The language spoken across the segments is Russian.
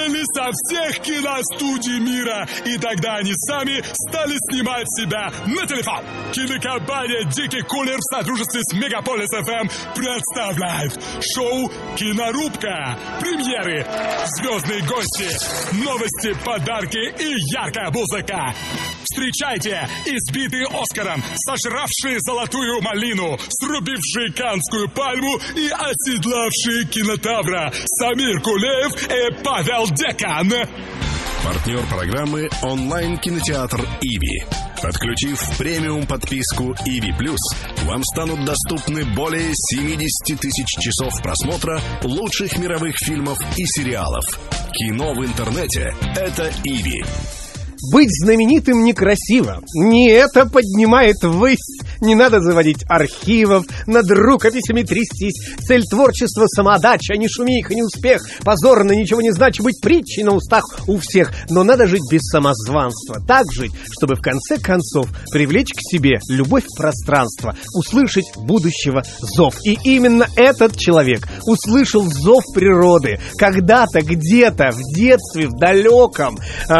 уволили со всех киностудий мира, и тогда они сами стали снимать себя на телефон. Кинокомпания «Дикий кулер» в сотрудничестве с Мегаполис ФМ представляет шоу «Кинорубка». Премьеры, звездные гости, новости, подарки и яркая музыка. Встречайте избитые Оскаром, сожравшие золотую малину, срубившие Каннскую пальму и оседлавшие кинотавра Самир Кулиев и Павел Декан. Партнер программы онлайн-кинотеатр «Иви». Подключив премиум подписку «Иви Плюс», вам станут доступны более 70 тысяч часов просмотра лучших мировых фильмов и сериалов. Кино в интернете – это «Иви». Быть знаменитым некрасиво. Не это поднимает ввысь. Не надо заводить архивов, над рукописями трястись. Цель творчества — самоотдача, не шумиха, не успех. Позорно, ничего не значит быть притчей на устах у всех. Но надо жить без самозванства. Так жить, чтобы в конце концов привлечь к себе любовь в пространство, услышать будущего зов. И именно этот человек услышал зов природы. Когда-то, где-то, в детстве, в далеком.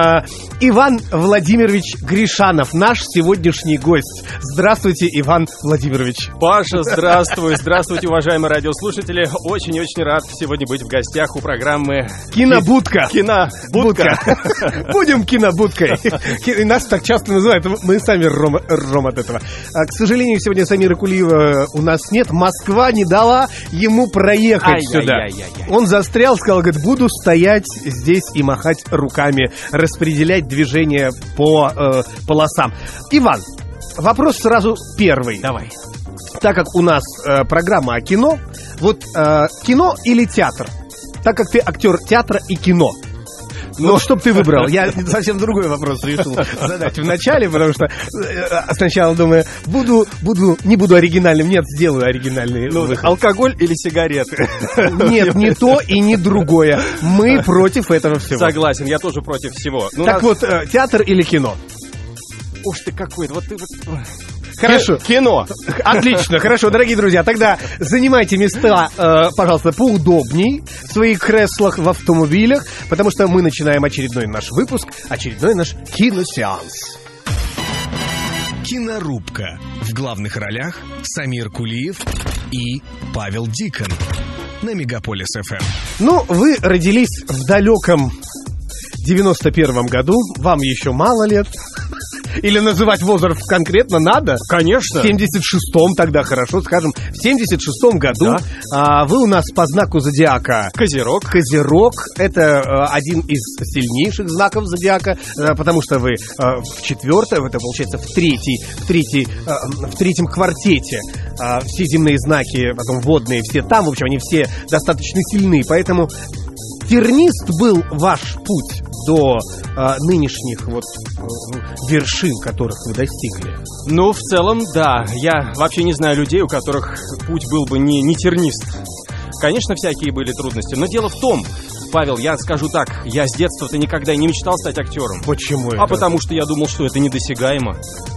Иван Владимирович Гришанов, наш сегодняшний гость. Здравствуйте, Иван Владимирович. Паша, здравствуй. Здравствуйте, уважаемые радиослушатели. Очень-очень рад сегодня быть в гостях у программы Кинобудка. Кинобудка. Будем кинобудкой. Нас так часто называют. Мы сами ржем от этого. К сожалению, сегодня Самира Кулиева у нас нет. Москва не дала ему проехать сюда. Он застрял, сказал, говорит, буду стоять здесь и махать руками, распределять движение по полосам. Иван, вопрос сразу первый. Давай. Так как у нас программа о кино, вот кино или театр? Так как ты актер театра и кино. Но что бы ты выбрал? Я совсем другой вопрос решил задать в начале, потому что сначала думаю, не буду оригинальным. Нет, сделаю оригинальный выход. Алкоголь или сигареты? Нет, не то и не другое. Мы против этого всего. Согласен, я тоже против всего. Так вот, театр или кино? Уж ты какой, вот ты вот... Хорошо. Кино. Отлично, хорошо, дорогие друзья. Тогда занимайте места, пожалуйста, поудобней в своих креслах, в автомобилях, потому что мы начинаем очередной наш выпуск, очередной наш киносеанс. Кинорубка. В главных ролях Самир Кулиев и Павел Дикан. На Мегаполис ФМ. Ну, вы родились в далеком 91-м году, вам еще мало лет. Или называть возраст конкретно надо? Конечно. В 76-м тогда, хорошо, скажем. В 76-м году вы у нас по знаку зодиака Козерог. Козерог – это один из сильнейших знаков зодиака, потому что вы в четвертом, это получается в третьем квартете. Все земные знаки, потом водные, все там, в общем, они все достаточно сильны, поэтому тернист был ваш путь до нынешних вот вершин, которых вы достигли? Ну, в целом, да. Я вообще не знаю людей, у которых путь был бы не тернист. Конечно, всякие были трудности, но дело в том, Павел, я скажу так, я с детства-то никогда не мечтал стать актером. Почему это? А потому что я думал, что это недосягаемо.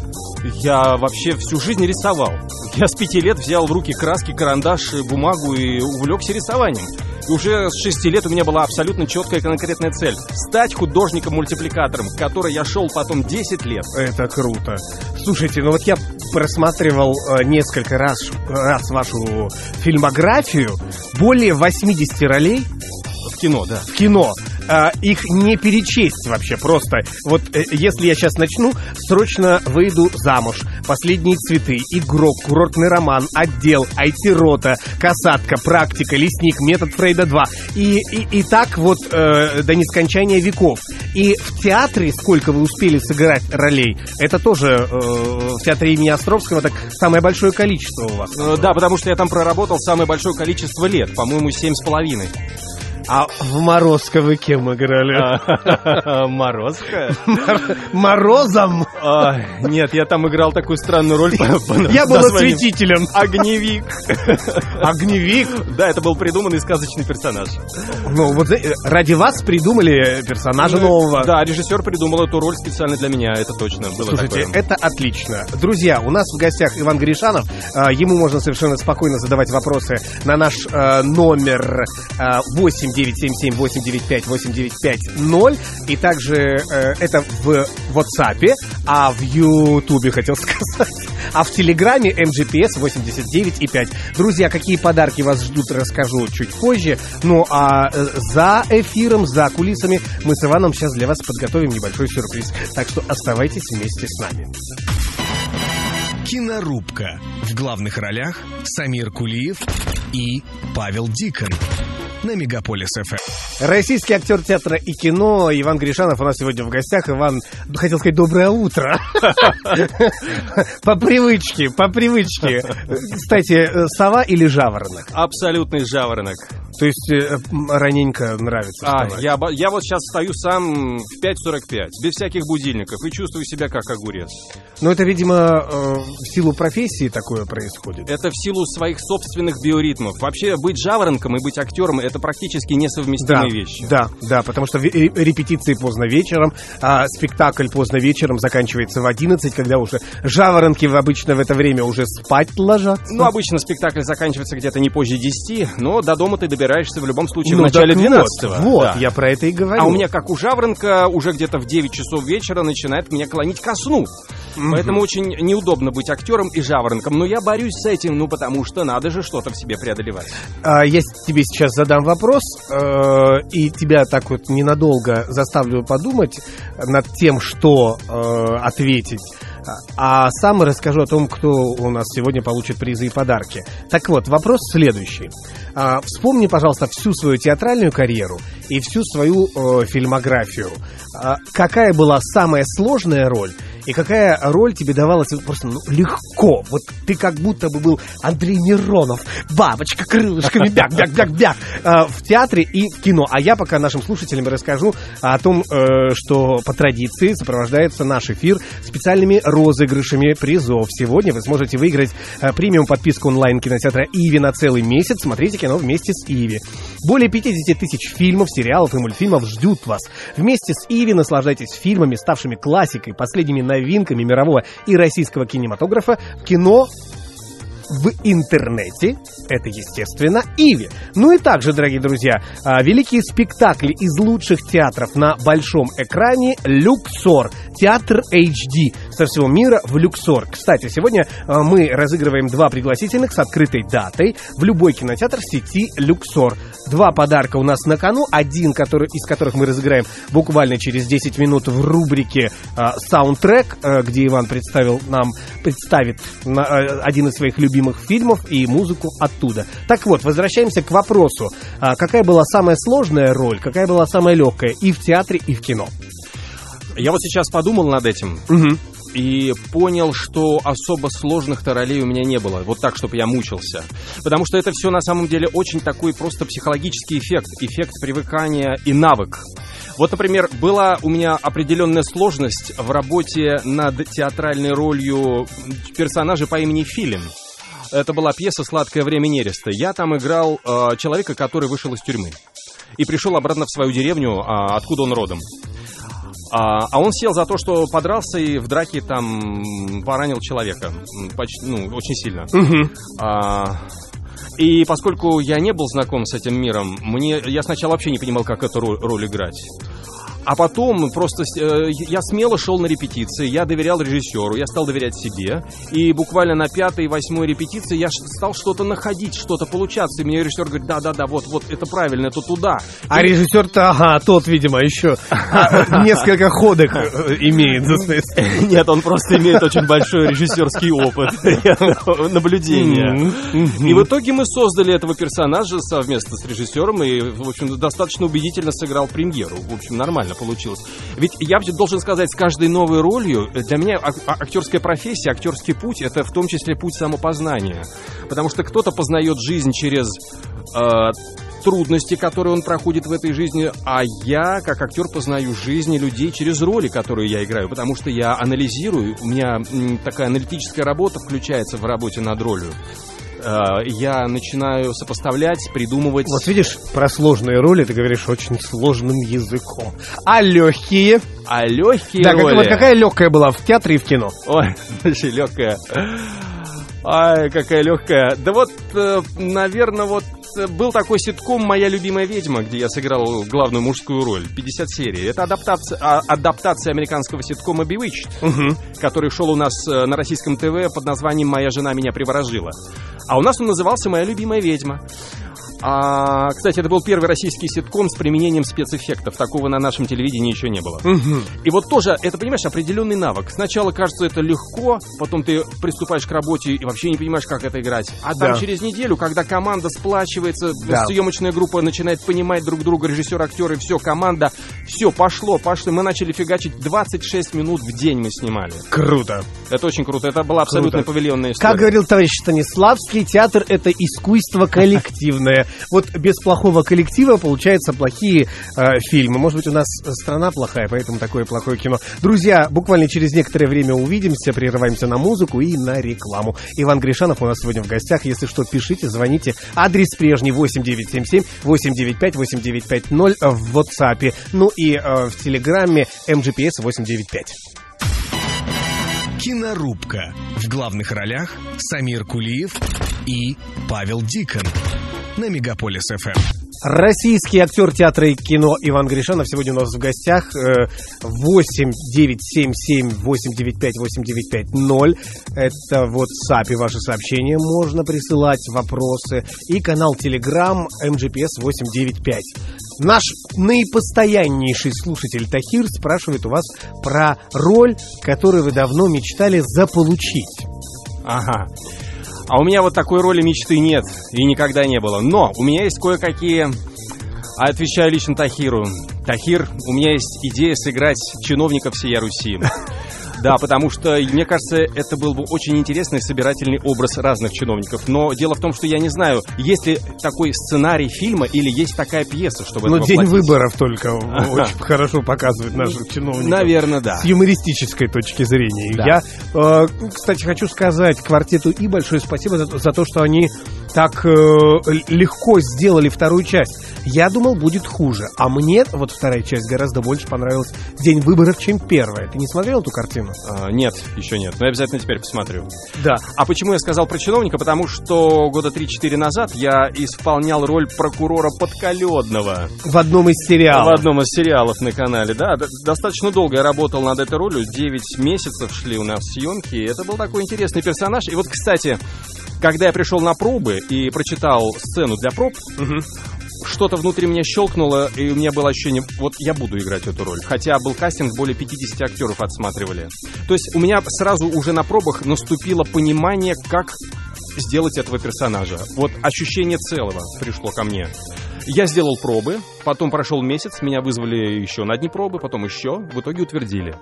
Я вообще всю жизнь рисовал. Я с 5 лет взял в руки краски, карандаш, бумагу и увлекся рисованием. И уже с 6 лет у меня была абсолютно четкая и конкретная цель – стать художником-мультипликатором, к которой я шел потом 10 лет. Это круто. Слушайте, ну вот я просматривал несколько раз вашу фильмографию. Более 80 ролей. В кино, да. В кино. Их не перечесть вообще просто. Вот если я сейчас начну, срочно выйду замуж. Последние цветы, игрок, курортный роман, отдел, IT-рота, касатка, практика, лесник, метод Фрейда 2. И так вот до нескончания веков. И в театре сколько вы успели сыграть ролей? Это тоже в театре имени Островского так самое большое количество у вас. Да, потому что я там проработал самое большое количество лет, по-моему, 7,5. А в «Морозко» вы кем играли? Морозко? Морозом? Нет, я там играл такую странную роль. Я был осветителем. Огневик. Огневик? Да, это был придуманный сказочный персонаж. Ну, вот ради вас придумали персонажа нового. Да, режиссер придумал эту роль специально для меня, это точно было. Слушайте, это отлично. Друзья, у нас в гостях Иван Гришанов. Ему можно совершенно спокойно задавать вопросы на наш номер 8 977-895-8950. И также это в WhatsApp, а в YouTube, хотел сказать, а в Телеграме MGPS 89,5. Друзья, какие подарки вас ждут, расскажу чуть позже. Ну а за эфиром, за кулисами мы с Иваном сейчас для вас подготовим небольшой сюрприз. Так что оставайтесь вместе с нами. Кинорубка. В главных ролях Самир Кулиев и Павел Дикон. На Мегаполис ФМ. Российский актер театра и кино Иван Гришанов у нас сегодня в гостях. Иван, хотел сказать, доброе утро. По привычке. Кстати, сова или жаворонок? Абсолютный жаворонок. То есть раненько нравится вставать? Я вот сейчас встаю сам в 5:45, без всяких будильников, и чувствую себя как огурец. Ну, это, видимо, в силу профессии такое происходит. Это в силу своих собственных биоритмов. Вообще, быть жаворонком и быть актером — это практически несовместимые вещи. Да, потому что репетиции поздно вечером, а спектакль поздно вечером заканчивается в 11, когда уже жаворонки обычно в это время уже спать ложатся. Ну, обычно спектакль заканчивается где-то не позже 10, но до дома ты добираешься в любом случае в начале 12-го. Вот, да. Я про это и говорю. А у меня, как у жаворонка, уже где-то в 9 часов вечера начинает меня клонить ко сну. Поэтому очень неудобно быть актером и жаворонком. Но я борюсь с этим, потому что надо же что-то в себе преодолевать. Я тебе сейчас задам вопрос, и тебя так вот ненадолго заставлю подумать над тем, что ответить. А сам расскажу о том, кто у нас сегодня получит призы и подарки. Так вот, вопрос следующий. Вспомни, пожалуйста, всю свою театральную карьеру и всю свою фильмографию. Какая была самая сложная роль? И какая роль тебе давалась просто легко? Вот ты как будто бы был Андрей Миронов, бабочка крылышками, бяк-бяк-бяк-бяк, в театре и в кино. А я пока нашим слушателям расскажу о том, что по традиции сопровождается наш эфир специальными розыгрышами призов. Сегодня вы сможете выиграть премиум подписку онлайн-кинотеатра «Иви» на целый месяц. Смотрите кино вместе с «Иви». Более 50 тысяч фильмов, сериалов и мультфильмов ждут вас. Вместе с «Иви» наслаждайтесь фильмами, ставшими классикой, последними новинками мирового и российского кинематографа, кино в интернете. Это, естественно, «Иви». Ну и также, дорогие друзья, великие спектакли из лучших театров на большом экране «Люксор». Театр HD со всего мира в «Люксор». Кстати, сегодня мы разыгрываем 2 пригласительных с открытой датой в любой кинотеатр сети «Люксор». 2 подарка у нас на кону, один из которых мы разыграем буквально через 10 минут в рубрике «Саундтрек», где Иван представит один из своих любимых фильмов и музыку оттуда. Так вот, возвращаемся к вопросу. Какая была самая сложная роль, какая была самая легкая и в театре, и в кино? Я вот сейчас подумал над этим и понял, что особо сложных-то ролей у меня не было. Вот так, чтобы я мучился. Потому что это все на самом деле очень такой просто психологический эффект. Эффект привыкания и навык. Вот, например, была у меня определенная сложность в работе над театральной ролью персонажа по имени Филин. Это была пьеса «Сладкое время нереста». Я там играл человека, который вышел из тюрьмы и пришел обратно в свою деревню, откуда он родом. А он сел за то, что подрался и в драке там поранил человека. Очень сильно. И поскольку я не был знаком с этим миром, я сначала вообще не понимал, как эту роль играть. А потом просто я смело шел на репетиции, я доверял режиссеру, я стал доверять себе. И буквально на 5-й, 8-й репетиции я стал что-то находить, что-то получаться. И мне режиссер говорит, да, вот, это правильно, это туда. А режиссер-то, тот, видимо, еще несколько ходок имеет. Нет, он просто имеет очень большой режиссерский опыт, наблюдения. И в итоге мы создали этого персонажа совместно с режиссером и, в общем, достаточно убедительно сыграл премьеру. В общем, нормально получилось. Ведь я должен сказать, с каждой новой ролью для меня актерская профессия, актерский путь — это в том числе путь самопознания. Потому что кто-то познает жизнь через трудности, которые он проходит в этой жизни, а я, как актер, познаю жизни людей через роли, которые я играю, потому что я анализирую, у меня такая аналитическая работа включается в работе над ролью. Я начинаю сопоставлять, придумывать. Вот видишь, про сложные роли ты говоришь очень сложным языком. А легкие? А легкие да, роли? Вот какая легкая была в театре и в кино? Ой, слушай, легкая. Ай, какая легкая. Да вот, наверное, вот был такой ситком «Моя любимая ведьма», где я сыграл главную мужскую роль. 50 серий. Это адаптация американского ситкома Bewitched, который шел у нас на российском ТВ под названием «Моя жена меня приворожила». А у нас он назывался «Моя любимая ведьма». Кстати, это был первый российский ситком с применением спецэффектов. Такого на нашем телевидении еще не было. И вот тоже, это, понимаешь, определенный навык. Сначала кажется это легко, потом ты приступаешь к работе и вообще не понимаешь, как это играть. А там через неделю, когда команда сплачивается, съемочная группа начинает понимать друг друга, режиссер, актеры, все, команда, все, пошло. Мы начали фигачить 26 минут в день мы снимали. Круто. Это очень круто. Это была абсолютно павильонная история. Как говорил товарищ Станиславский, театр — это искусство коллективное. Вот без плохого коллектива получаются плохие фильмы. Может быть, у нас страна плохая, поэтому такое плохое кино. Друзья, буквально через некоторое время увидимся, прерываемся на музыку и на рекламу. Иван Гришанов у нас сегодня в гостях. Если что, пишите, звоните. Адрес прежний 8977-895-8950 в WhatsApp. Ну и в Телеграме MGPS 895. Кинорубка. В главных ролях Самир Кулиев и Павел Дикон на Мегаполис ФМ. Российский актер театра и кино Иван Гришанов сегодня у нас в гостях. 8-977-895-8950. Это в WhatsApp ваши сообщения можно присылать, вопросы. И канал Telegram MGPS 895. Наш наипостояннейший слушатель Тахир спрашивает у вас про роль, которую вы давно мечтали заполучить. Ага. А у меня вот такой роли мечты нет и никогда не было. Но у меня есть кое-какие... Отвечаю лично Тахиру. Тахир, у меня есть идея сыграть чиновника всея Руси. Да, потому что, мне кажется, это был бы очень интересный собирательный образ разных чиновников. Но дело в том, что я не знаю, есть ли такой сценарий фильма или есть такая пьеса, чтобы это воплотить. День выборов только очень хорошо показывает наших чиновников. Наверное, да. С юмористической точки зрения. Да. Я, кстати, хочу сказать квартету И большое спасибо за то, что они так легко сделали вторую часть. Я думал, будет хуже. А мне вот вторая часть гораздо больше понравилась «День выборов», чем первая. Ты не смотрел эту картину? Нет, еще нет. Но я обязательно теперь посмотрю. Да. А почему я сказал про чиновника? Потому что года 3-4 назад я исполнял роль прокурора Подколёдного. В одном из сериалов. В одном из сериалов на канале, да. Достаточно долго я работал над этой ролью. 9 месяцев шли у нас съемки. Это был такой интересный персонаж. И вот, кстати, когда я пришел на пробы и прочитал сцену для проб, что-то внутри меня щелкнуло, и у меня было ощущение, вот я буду играть эту роль. Хотя был кастинг, более 50 актеров отсматривали. То есть у меня сразу уже на пробах наступило понимание, как сделать этого персонажа. Вот ощущение целого пришло ко мне. Я сделал пробы, потом прошел месяц, меня вызвали еще на одни пробы, потом еще, в итоге утвердили.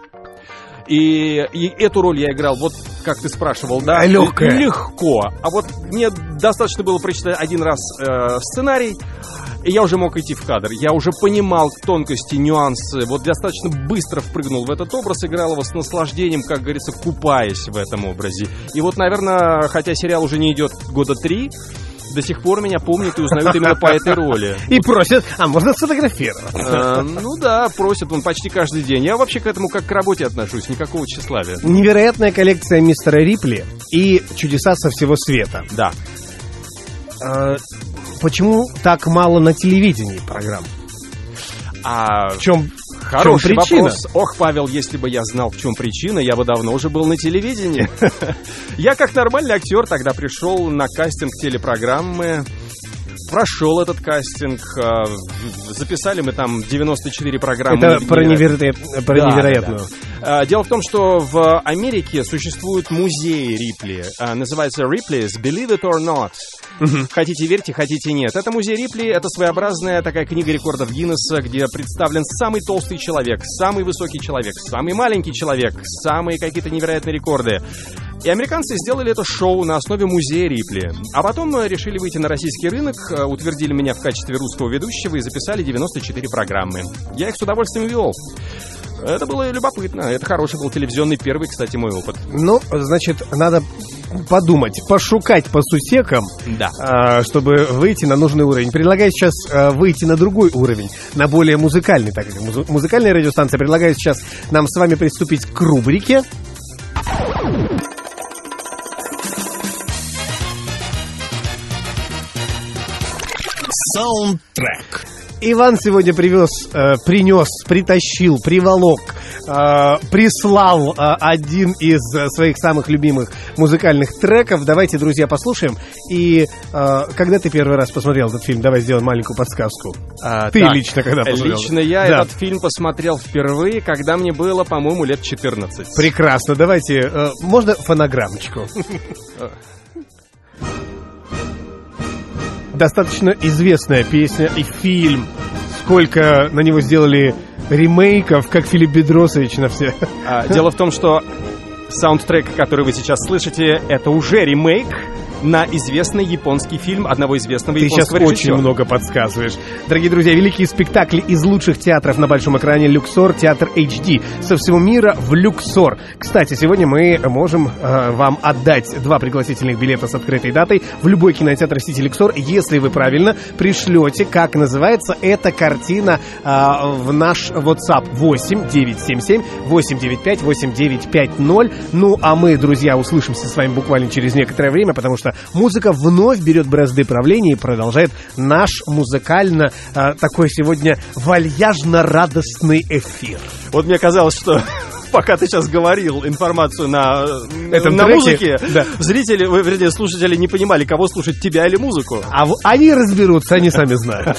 И эту роль я играл, вот как ты спрашивал, да? Легко. А вот мне достаточно было прочитать один раз сценарий, и я уже мог идти в кадр. Я уже понимал тонкости, нюансы. Вот достаточно быстро впрыгнул в этот образ, играл его с наслаждением, как говорится, купаясь в этом образе. И вот, наверное, хотя сериал уже не идет года 3, до сих пор меня помнят и узнают именно по этой роли. И просят, можно сфотографировать? Ну да, просят, он почти каждый день. Я вообще к этому как к работе отношусь, никакого тщеславия. Невероятная коллекция мистера Рипли и чудеса со всего света. Да. Почему так мало на телевидении программ? В чем Хороший причина? Вопрос. Ох, Павел, если бы я знал, в чем причина, я бы давно уже был на телевидении. Я как нормальный актер тогда пришел на кастинг телепрограммы. Прошел этот кастинг, записали мы там 94 программы. Это про невероятную. Да. Дело в том, что в Америке существует музей Рипли, называется Ripley's Believe It or Not. Хотите верьте, хотите нет. Это музей Рипли, это своеобразная такая книга рекордов Гиннесса, где представлен самый толстый человек, самый высокий человек, самый маленький человек, самые какие-то невероятные рекорды. И американцы сделали это шоу на основе музея Рипли. А потом решили выйти на российский рынок, утвердили меня в качестве русского ведущего и записали 94 программы. Я их с удовольствием вел. Это было любопытно. Это хороший был телевизионный первый, кстати, мой опыт. Ну, значит, надо подумать, пошукать по сусекам, да, чтобы выйти на нужный уровень. Предлагаю сейчас выйти на другой уровень, на более музыкальный, так как музыкальная радиостанция. Предлагаю сейчас нам с вами приступить к рубрике Саундтрек. Иван сегодня притащил, приволок, прислал один из своих самых любимых музыкальных треков. Давайте, друзья, послушаем. И когда ты первый раз посмотрел этот фильм? Давай сделаем маленькую подсказку. Ты лично когда посмотрел? Лично я этот фильм посмотрел впервые, когда мне было, по-моему, лет 14. Прекрасно. Давайте, можно фонограммочку? Достаточно известная песня и фильм. Сколько на него сделали ремейков, как Филипп Бедросович на все. Дело в том, что саундтрек, который вы сейчас слышите, это уже ремейк на известный японский фильм одного известного японского режиссера. Ты сейчас очень много подсказываешь. Дорогие друзья, великие спектакли из лучших театров на большом экране «Люксор», театр HD. Со всего мира в «Люксор». Кстати, сегодня мы можем вам отдать 2 пригласительных билета с открытой датой в любой кинотеатр сети «Люксор», если вы правильно пришлете, как называется эта картина, в наш WhatsApp 8-977-895-8950. Ну, а мы, друзья, услышимся с вами буквально через некоторое время, потому что музыка вновь берет бразды правления и продолжает наш музыкально такой сегодня вальяжно-радостный эфир. Вот мне казалось, что пока ты сейчас говорил информацию на музыке, да, зрители, вернее, слушатели не понимали, кого слушать, тебя или музыку. А они разберутся, они сами знают.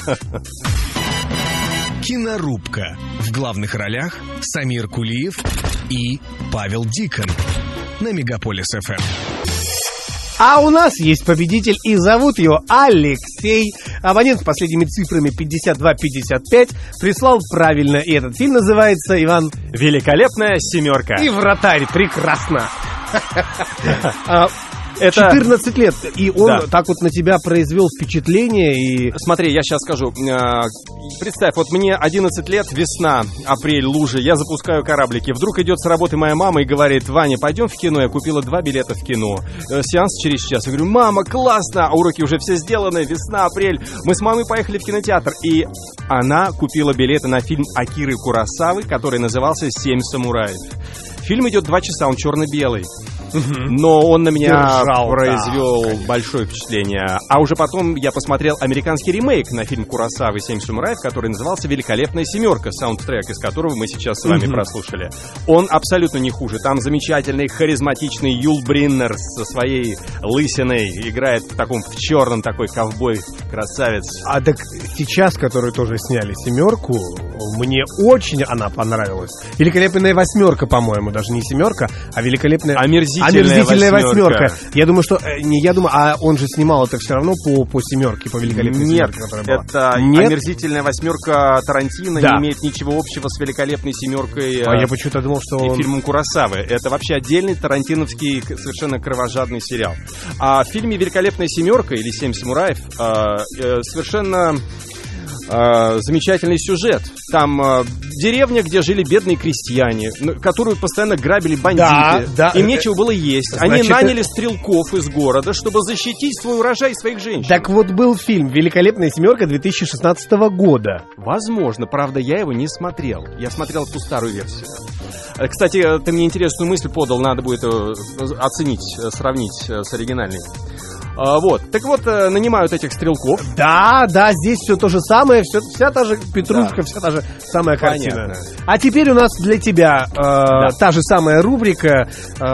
Кинорубка. В главных ролях Самир Кулиев и Павел Дикон на Мегаполис ФМ. А у нас есть победитель, и зовут его Алексей. Абонент с последними цифрами 5255 прислал правильно. И этот фильм называется, Иван... «Великолепная семерка». И «Вратарь». Прекрасно. 14 лет, и он так вот на тебя произвел впечатление. И... Смотри, я сейчас скажу. Представь, вот мне 11 лет, весна, апрель, лужи, я запускаю кораблики. Вдруг идет с работы моя мама и говорит: Ваня, пойдем в кино, я купила 2 билета в кино. Сеанс через час. Я говорю: мама, классно, а уроки уже все сделаны, весна, апрель. Мы с мамой поехали в кинотеатр, и она купила билеты на фильм Акиры Куросавы, который назывался «7 самураев». Фильм идет 2 часа, он черно-белый. Но он на меня произвел большое впечатление. А уже потом я посмотрел американский ремейк на фильм Куросавы «7 самураев», который назывался «Великолепная семерка», саундтрек из которого мы сейчас с вами прослушали. Он абсолютно не хуже. Там замечательный, харизматичный Юл Бриннер со своей лысиной играет в черном такой ковбой, красавец. А так сейчас, которую тоже сняли «Семерку», мне очень она понравилась. «Великолепная восьмерка», по-моему, даже не «Семерка», а «Великолепная...» Омерзительная восьмерка. Я думаю, что... а он же снимал это все равно по «Семерке», по «Великолепной семерке», которая была. Это «Омерзительная восьмерка» Тарантино не имеет ничего общего с «Великолепной семеркой». А я почему-то думал, что он... И фильмом Куросавы. Это вообще отдельный тарантиновский, совершенно кровожадный сериал. А в фильме «Великолепная семерка» или «7 самураев» совершенно... замечательный сюжет. Там деревня, где жили бедные крестьяне, которую постоянно грабили бандиты. Им нечего было есть. Значит, они наняли стрелков из города, чтобы защитить свой урожай и своих женщин. Так вот, был фильм «Великолепная семерка» 2016 года. Возможно, правда, я его не смотрел. Я смотрел ту старую версию. Кстати, ты мне интересную мысль подал, надо будет оценить, сравнить с оригинальной. Вот, так вот, нанимают этих стрелков. Да, здесь все то же самое, вся та же петрушка, вся та же самая картина. Понятно. А теперь у нас для тебя та же самая рубрика,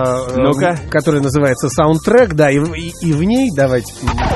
которая называется «Саундтрек», да, и в ней давайте...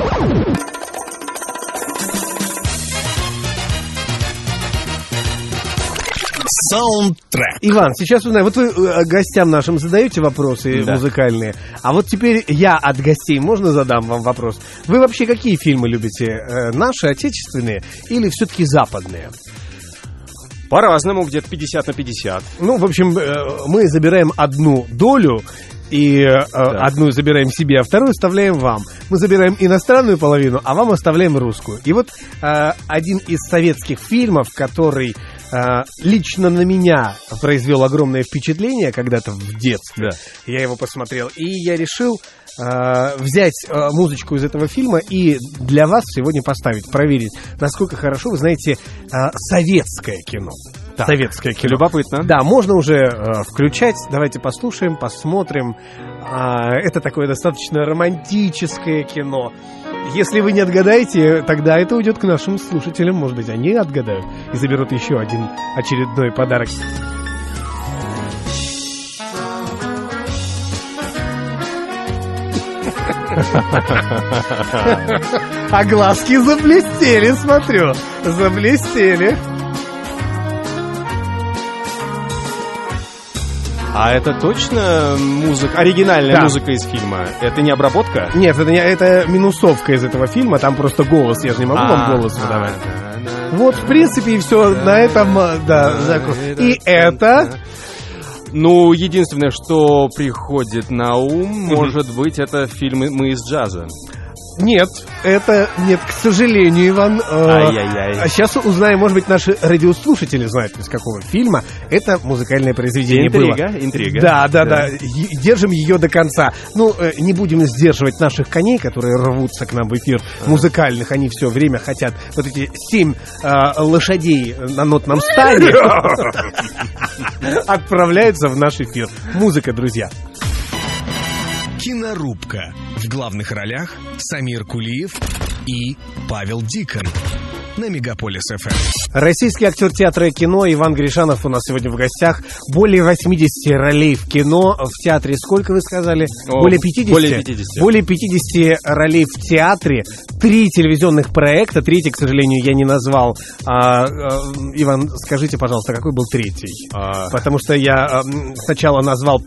Саундтрек. Иван, сейчас узнаю, вот вы гостям нашим задаете вопросы музыкальные, а вот теперь я от гостей, можно задам вам вопрос? Вы вообще какие фильмы любите? Наши, отечественные или все-таки западные? По-разному, где-то 50 на 50. Ну, в общем, мы забираем одну долю, и одну забираем себе, а вторую оставляем вам. Мы забираем иностранную половину, а вам оставляем русскую. И вот один из советских фильмов, который лично на меня произвел огромное впечатление когда-то в детстве. Я его посмотрел, и я решил взять музычку из этого фильма и для вас сегодня поставить, проверить, насколько хорошо вы знаете советское кино. Так, советское кино. Любопытно. Да, можно уже включать. Давайте послушаем, посмотрим. Это такое достаточно романтическое кино. Если вы не отгадаете, тогда это уйдет к нашим слушателям. Может быть, они отгадают и заберут еще один очередной подарок. А глазки заблестели, смотрю. Заблестели. А это точно музыка, оригинальная музыка из фильма? Это не обработка? Нет, это минусовка из этого фильма. Там просто голос. Я же не могу вам голос выдавать. Вот, в принципе, и все. На этом, да. И это... Ну, единственное, что приходит на ум, может быть, это фильм «Мы из джаза». Нет, к сожалению, Иван. А сейчас узнаем, может быть, наши радиослушатели знают, из какого фильма это музыкальное произведение было. Интрига. Да. Держим ее до конца. Ну, не будем сдерживать наших коней, которые рвутся к нам в эфир музыкальных. Они все время хотят вот эти 7 лошадей на нотном стане отправляются в наш эфир. Музыка, друзья. Кинорубка. В главных ролях Самир Кулиев и Павел Дикон. На Мегаполис ФМ. Российский актер театра и кино Иван Гришанов у нас сегодня в гостях. Более 80 ролей в кино. В театре сколько вы сказали? Более 50? Более 50. Более 50 ролей в театре. 3 телевизионных проекта. Третий, к сожалению, я не назвал. Иван, скажите, пожалуйста, какой был третий? Потому что я сначала назвал...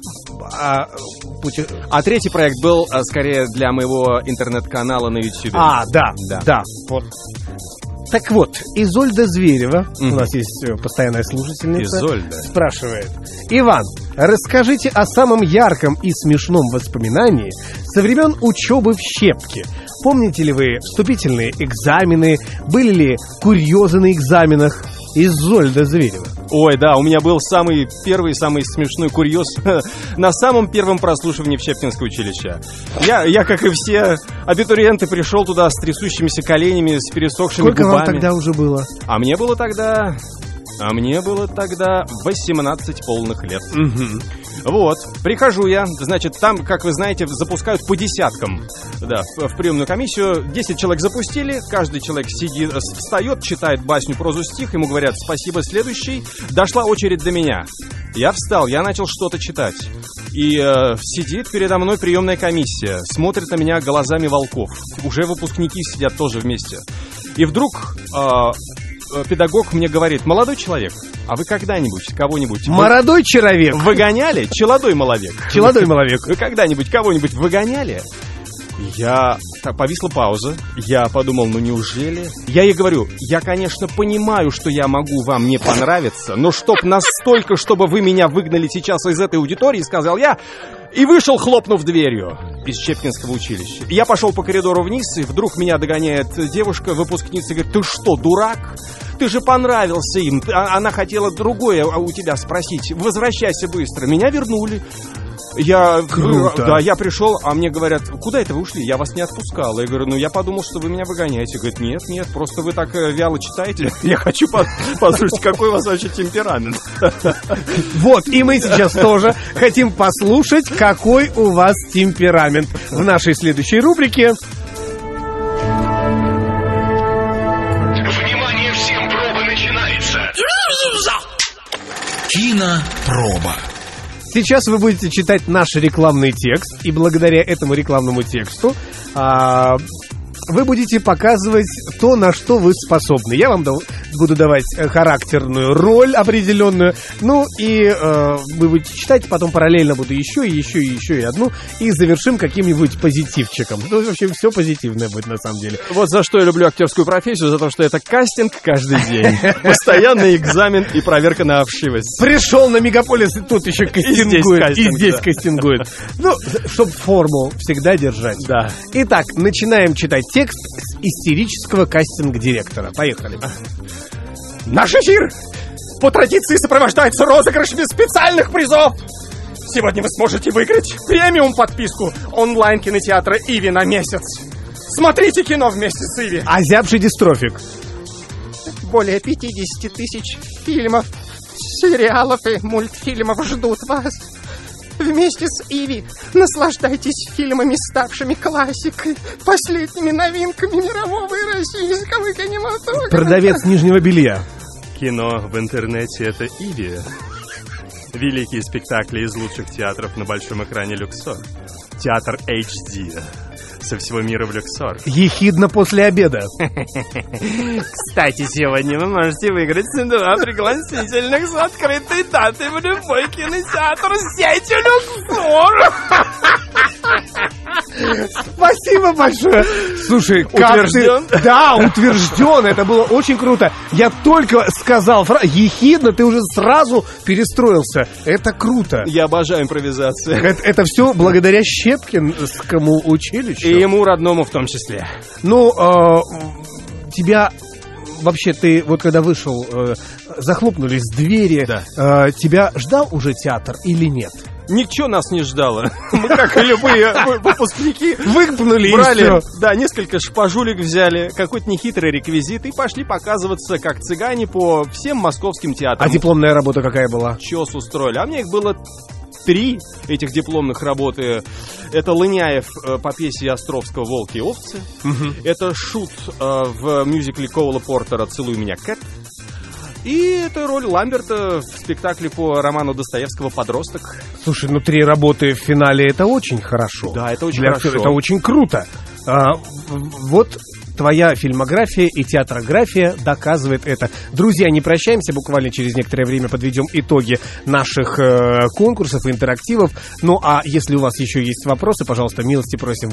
А третий проект был скорее для моего интернет-канала на YouTube. Да. Вот. Так вот, Изольда Зверева, у нас есть постоянная слушательница, спрашивает: Иван, расскажите о самом ярком и смешном воспоминании со времен учебы в Щепке. Помните ли вы вступительные экзамены? Были ли курьезы на экзаменах? Изольда Зверева. Ой, да, у меня был самый первый, самый смешной курьез на самом первом прослушивании в Щепкинское училище. Я, как и все абитуриенты, пришел туда с трясущимися коленями, с пересохшими губами. Сколько вам тогда уже было? А мне было тогда 18 полных лет. Вот, прихожу я, значит, там, как вы знаете, запускают по десяткам. Да, в приемную комиссию 10 человек запустили, каждый человек сидит, встает, читает басню, прозу, стих, ему говорят: спасибо, следующий. Дошла очередь до меня. Я встал, я начал что-то читать. И сидит передо мной приемная комиссия, смотрит на меня глазами волков. Уже выпускники сидят тоже вместе. И вдруг... педагог мне говорит: молодой человек, а вы когда-нибудь кого-нибудь... Молодой человек! Выгоняли? Челодой маловек. Челодой маловек. Вы когда-нибудь кого-нибудь выгоняли? Повисла пауза. Я подумал, ну неужели? Я ей говорю: я, конечно, понимаю, что я могу вам не понравиться, но чтоб настолько, чтобы вы меня выгнали сейчас из этой аудитории, сказал я, и вышел, хлопнув дверью из Щепкинского училища. Я пошел по коридору вниз, и вдруг меня догоняет девушка, выпускница, и говорит: ты что, дурак? Ты же понравился им. Она хотела другое у тебя спросить. Возвращайся быстро. Меня вернули. Круто. Да, я пришел, а мне говорят: куда это вы ушли? Я вас не отпускал. Я говорю: ну я подумал, что вы меня выгоняете. Говорит: нет, просто вы так вяло читаете. Я хочу послушать, какой у вас вообще темперамент. Вот, и мы сейчас тоже хотим послушать, какой у вас темперамент. В нашей следующей рубрике. Внимание всем, проба начинается. Кинопроба. Сейчас вы будете читать наш рекламный текст, и благодаря этому рекламному тексту вы будете показывать то, на что вы способны. Я вам буду давать характерную роль определенную. Ну и вы будете читать, потом параллельно буду еще и одну. И завершим каким-нибудь позитивчиком. Ну, в общем, все позитивное будет на самом деле. Вот за что я люблю актерскую профессию, за то, что это кастинг каждый день. Постоянный экзамен и проверка на вшивость. Пришел на Мегаполис, и тут еще кастингует. И здесь кастингует. Ну, чтобы форму всегда держать. Да. Итак, начинаем читать текст с истерического кастинг-директора. Поехали. Наш эфир по традиции сопровождается розыгрышами специальных призов. Сегодня вы сможете выиграть премиум подписку онлайн-кинотеатра «Иви» на месяц. Смотрите кино вместе с Иви. Озябший дистрофик. Более 50 тысяч фильмов, сериалов и мультфильмов ждут вас. вместе с Иви наслаждайтесь фильмами, ставшими классикой, последними новинками мирового и российского кинематографа. Продавец нижнего белья. Кино в интернете — это Иви. Великие спектакли из лучших театров на большом экране Люксор. Театр HD. Со всего мира в Люксор. Ехидно после обеда. Кстати, сегодня вы можете выиграть 2 пригласительных с открытой датой в любой кинотеатр сети Люксор. Спасибо большое. Слушай, как Утвержден? ты... Да, утвержден. Это было очень круто. Я только сказал ехидно, ты уже сразу перестроился. Это круто. Я обожаю импровизацию. Это все благодаря Щепкинскому училищу. И ему родному в том числе. Ну, тебя... Вообще, ты вот когда вышел, захлопнулись двери, Да. Тебя ждал уже театр или нет? Ничего нас не ждало. Мы, как и любые выпускники, Выпнули брали, и все. да, несколько шпажулек взяли, какой-то нехитрый реквизит и пошли показываться как цыгане по всем московским театрам. А дипломная работа какая была? Чёс устроили. А мне их было 3 этих дипломных работы. Это Лыняев по пьесе Островского «Волки и овцы». Это Шут в мюзикле Коула Портера «Целуй меня, Кэт». И это роль Ламберта в спектакле по роману Достоевского «Подросток». Слушай, ну 3 работы в финале — это очень хорошо. Да, это очень Для хорошо. актера это очень круто. Вот твоя фильмография и театрография доказывает это. Друзья, не прощаемся, буквально через некоторое время подведем итоги наших конкурсов и интерактивов. Ну, а если у вас еще есть вопросы, пожалуйста, милости просим.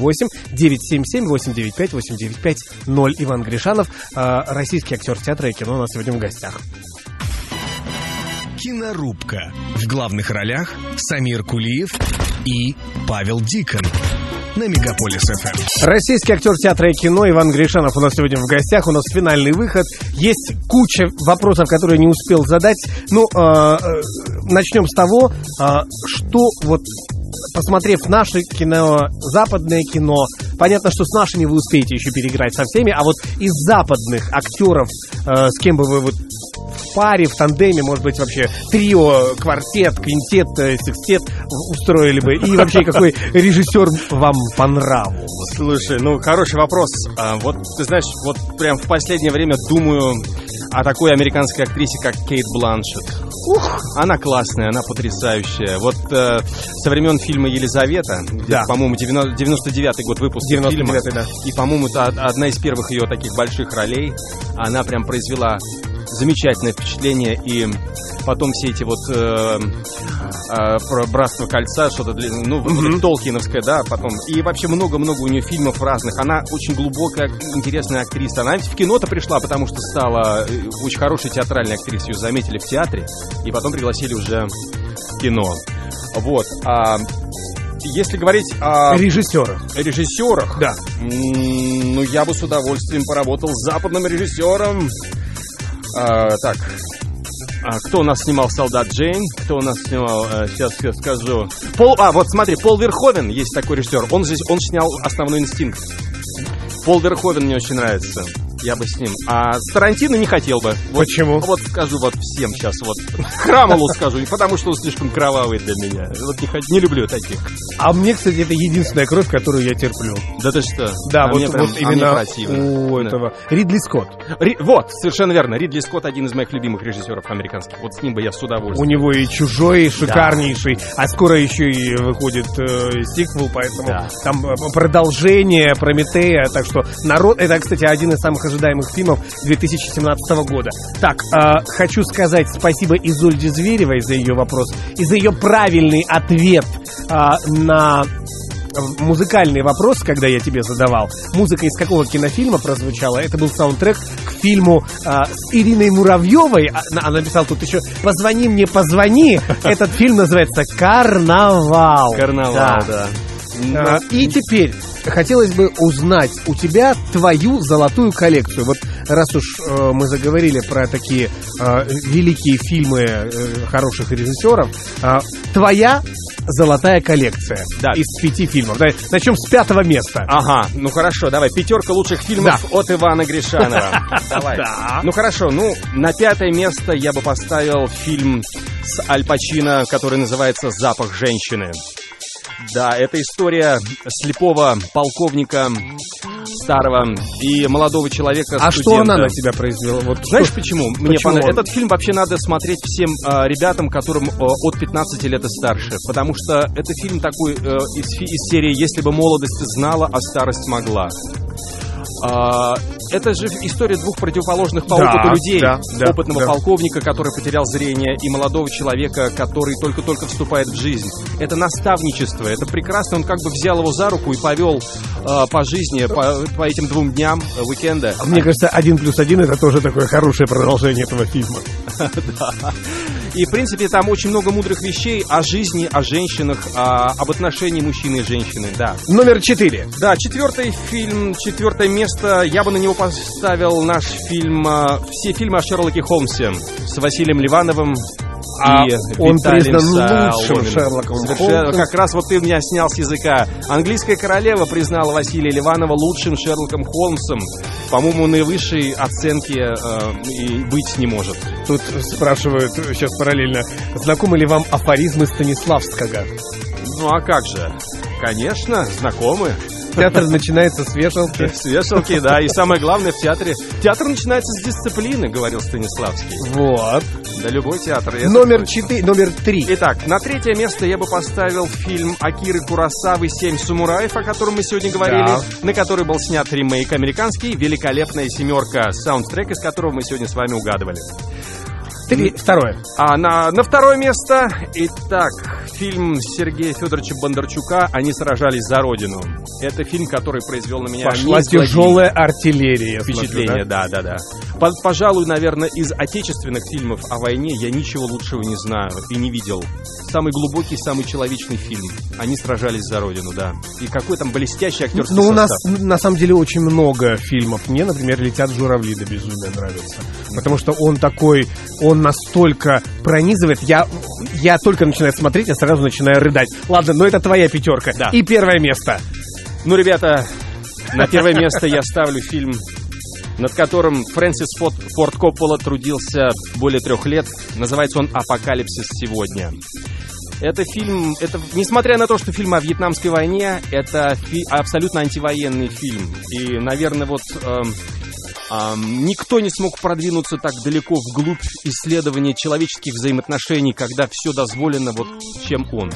8-977-895-895-0. Иван Гришанов, российский актер театра и кино, у нас сегодня в гостях. Кинорубка. В главных ролях Самир Кулиев и Павел Дикон. На Мегаполис ФМ. Российский актер театра и кино Иван Гришанов у нас сегодня в гостях. У нас финальный выход. Есть куча вопросов, которые не успел задать. Ну, начнем с того, что вот, посмотрев наше кино, западное кино, понятно, что с нашими вы успеете еще переиграть со всеми, а вот из западных актеров, с кем бы вы вот в паре, в тандеме, может быть, вообще трио, квартет, квинтет, секстет устроили бы? И вообще, какой режиссер вам по нраву? Слушай, ну, хороший вопрос. Вот, ты знаешь, вот прям в последнее время думаю о такой американской актрисе, как Кейт Бланшетт. Она классная, она потрясающая. Вот со времен фильма «Елизавета», где, Да. по-моему, 99-й год выпуска фильма, 99-й, да. и, по-моему, это одна из первых ее таких больших ролей. Она прям произвела замечательное впечатление, и потом все эти вот про «Братство кольца», что-то, ну, вот Толкиновское, да, потом. И вообще много-много у нее фильмов разных. Она очень глубокая, интересная актриса. Она в кино-то пришла, потому что стала очень хорошей театральной актрисой. Ее заметили в театре, и потом пригласили уже в кино. Вот. Если говорить о режиссерах, Да. ну, я бы с удовольствием поработал с западным режиссером. Так, кто у нас снимал «Солдат Джейн», кто у нас снимал, сейчас я скажу. Вот смотри, Пол Верховен, есть такой режиссер, он снял «Основной инстинкт». Пол Верховен мне очень нравится. Я бы с ним. А с Тарантино не хотел бы. Вот, Почему? Вот скажу вот всем сейчас. Вот Храмову скажу, потому что он слишком кровавый для меня. Вот не люблю таких. А мне, кстати, это единственная кровь, которую я терплю. Да ты что? Да, А вот, мне прям- вот а мне именно противно. у Да. этого Ридли Скотт. Вот, совершенно верно. Ридли Скотт один из моих любимых режиссеров американских. Вот с ним бы я с У удовольствием. него и «Чужой» шикарнейший, а скоро еще и выходит сиквел, поэтому Да. там продолжение «Прометея», так что народ... Это, кстати, один из самых ожидаемых фильмов 2017 года. Так, хочу сказать спасибо Изольде Зверевой за ее вопрос и за ее правильный ответ на музыкальный вопрос, когда я тебе задавал. Музыка из какого кинофильма прозвучала? Это был саундтрек к фильму с Ириной Муравьевой. Она написала тут еще «Позвони мне, позвони». Этот фильм называется «Карнавал». Карнавал, да. И теперь хотелось бы узнать у тебя твою золотую коллекцию. Вот раз уж мы заговорили про такие великие фильмы хороших режиссеров, твоя золотая коллекция, Да. из 5 фильмов. Давай начнем с 5-го места. Ага, ну хорошо, давай, 5 лучших фильмов от Ивана Гришанова. Давай. Да. Ну хорошо, ну на 5 место я бы поставил фильм с Аль Пачино, который называется «Запах женщины». Да, это история слепого полковника старого и молодого человека, А студента. что она на тебя произвела? Вот Знаешь что? почему? Мне Почему понравилось. он? Этот фильм вообще надо смотреть всем ребятам, которым от 15 лет и старше. Потому что это фильм такой из серии «Если бы молодость знала, а старость могла». Это же история двух противоположных по Да, опыту людей. да, Опытного полковника, который потерял зрение, и молодого человека, который только-только вступает в жизнь. Это наставничество, это прекрасно. Он как бы взял его за руку и повел по жизни, по этим 2 дням уикенда. Мне кажется, 1+1 это тоже такое хорошее продолжение этого фильма. И, в принципе, там очень много мудрых вещей о жизни, о женщинах, об отношении мужчины и женщины, да. Номер 4. Да, 4-й фильм, 4-е место. Я бы на него поставил наш фильм, все фильмы о Шерлоке Холмсе с Василием Ливановым. И он Виталием признан лучшим Соломиным. Шерлоком Совершенно. Холмсом. Как раз вот ты меня снял с языка. Английская королева признала Василия Ливанова лучшим Шерлоком Холмсом. По-моему, наивысшей оценки и быть не может. Тут спрашивают сейчас параллельно, знакомы ли вам афоризмы Станиславского? Ну а как же? Конечно, знакомы. Театр начинается с вешалки. С вешалки, да. И самое главное в театре. Театр начинается с дисциплины, говорил Станиславский. Вот. Да любой театр. это Номер точно. 3. Итак, на 3-е место я бы поставил фильм Акиры Куросавы «7 самураев», о котором мы сегодня говорили, Да. на который был снят ремейк американский «Великолепная семерка», саундтрек из которого мы сегодня с вами угадывали. 2. А на 2-е место, итак, фильм Сергея Федоровича Бондарчука «Они сражались за Родину». Это фильм, который произвел на меня Пошла неизгладимое тяжелая артиллерия. я впечатление, смотрю, да? да. Пожалуй, наверное, из отечественных фильмов о войне я ничего лучшего не знаю и не видел. Самый глубокий, самый человечный фильм. Они сражались за Родину, да. И какой там блестящий актерский Ну, у нас состав. на самом деле очень много фильмов. Мне, например, «Летят журавли» до безумия нравится. Потому что он такой, он настолько пронизывает. Я только начинаю смотреть, я сразу начинаю рыдать. Ладно, но это твоя 5. Да. И 1 место. Ну, ребята, на 1 место я ставлю фильм, над которым Фрэнсис Форд Коппола трудился более 3 лет. Называется он «Апокалипсис сегодня». Это фильм, несмотря на то, что фильм о Вьетнамской войне, это абсолютно антивоенный фильм. И, наверное, никто не смог продвинуться так далеко вглубь исследования человеческих взаимоотношений, когда все дозволено, чем он.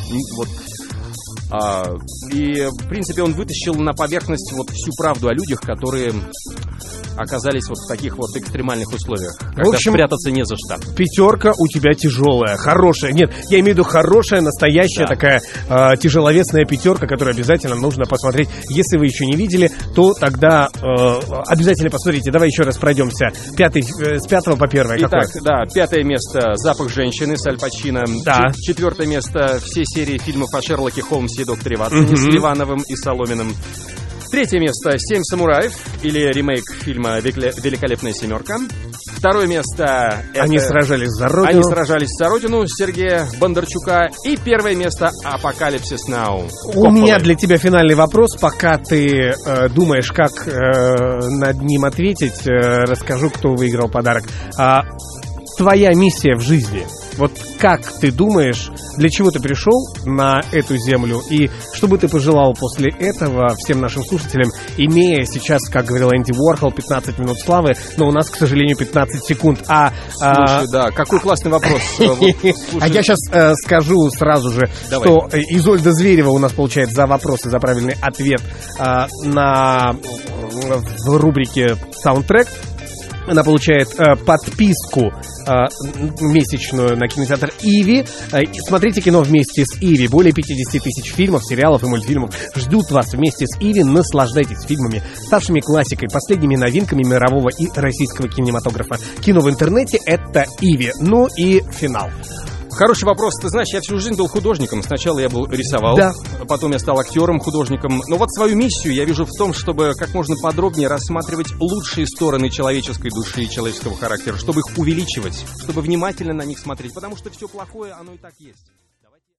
И, в принципе, он вытащил на поверхность всю правду о людях, которые оказались в таких экстремальных условиях, когда В общем, спрятаться не за что. 5 у тебя тяжелая, хорошая. Нет, я имею в виду хорошая, настоящая такая тяжеловесная 5, которую обязательно нужно посмотреть. Если вы еще не видели, то тогда обязательно посмотрите. Давай еще раз пройдемся. С 5 по 1. Итак, Какой? да, 5-е место «Запах женщины» с Аль Пачино. Да. 4-е место все серии фильмов о Шерлоке Холмсе и докторе Ватсоне с Ливановым и Соломиным. 3-е место «7 самураев» или ремейк фильма «Великолепная семерка». 2-е место это Они сражались за Родину. «Они сражались за Родину» Сергея Бондарчука. И 1-е место «Апокалипсис Нау». У меня для тебя финальный вопрос. Пока ты думаешь, как над ним ответить, расскажу, кто выиграл подарок. Твоя миссия в жизни. Вот как ты думаешь, для чего ты пришел на эту землю? И что бы ты пожелал после этого всем нашим слушателям, имея сейчас, как говорил Энди Уорхол, 15 минут славы, но у нас, к сожалению, 15 секунд. Слушай, да, какой классный вопрос. А я сейчас скажу сразу же, что Изольда Зверева у нас получает за вопросы, за правильный ответ в рубрике «Саундтрек». Она получает подписку месячную на кинотеатр «Иви». Смотрите кино вместе с «Иви». Более 50 тысяч фильмов, сериалов и мультфильмов ждут вас вместе с «Иви». Наслаждайтесь фильмами, ставшими классикой, последними новинками мирового и российского кинематографа. Кино в интернете — это «Иви». Ну и финал. Хороший вопрос. Ты знаешь, я всю жизнь был художником. Сначала я рисовал, Да. потом я стал актером, художником. Но свою миссию я вижу в том, чтобы как можно подробнее рассматривать лучшие стороны человеческой души и человеческого характера, чтобы их увеличивать, чтобы внимательно на них смотреть, потому что все плохое, оно и так есть.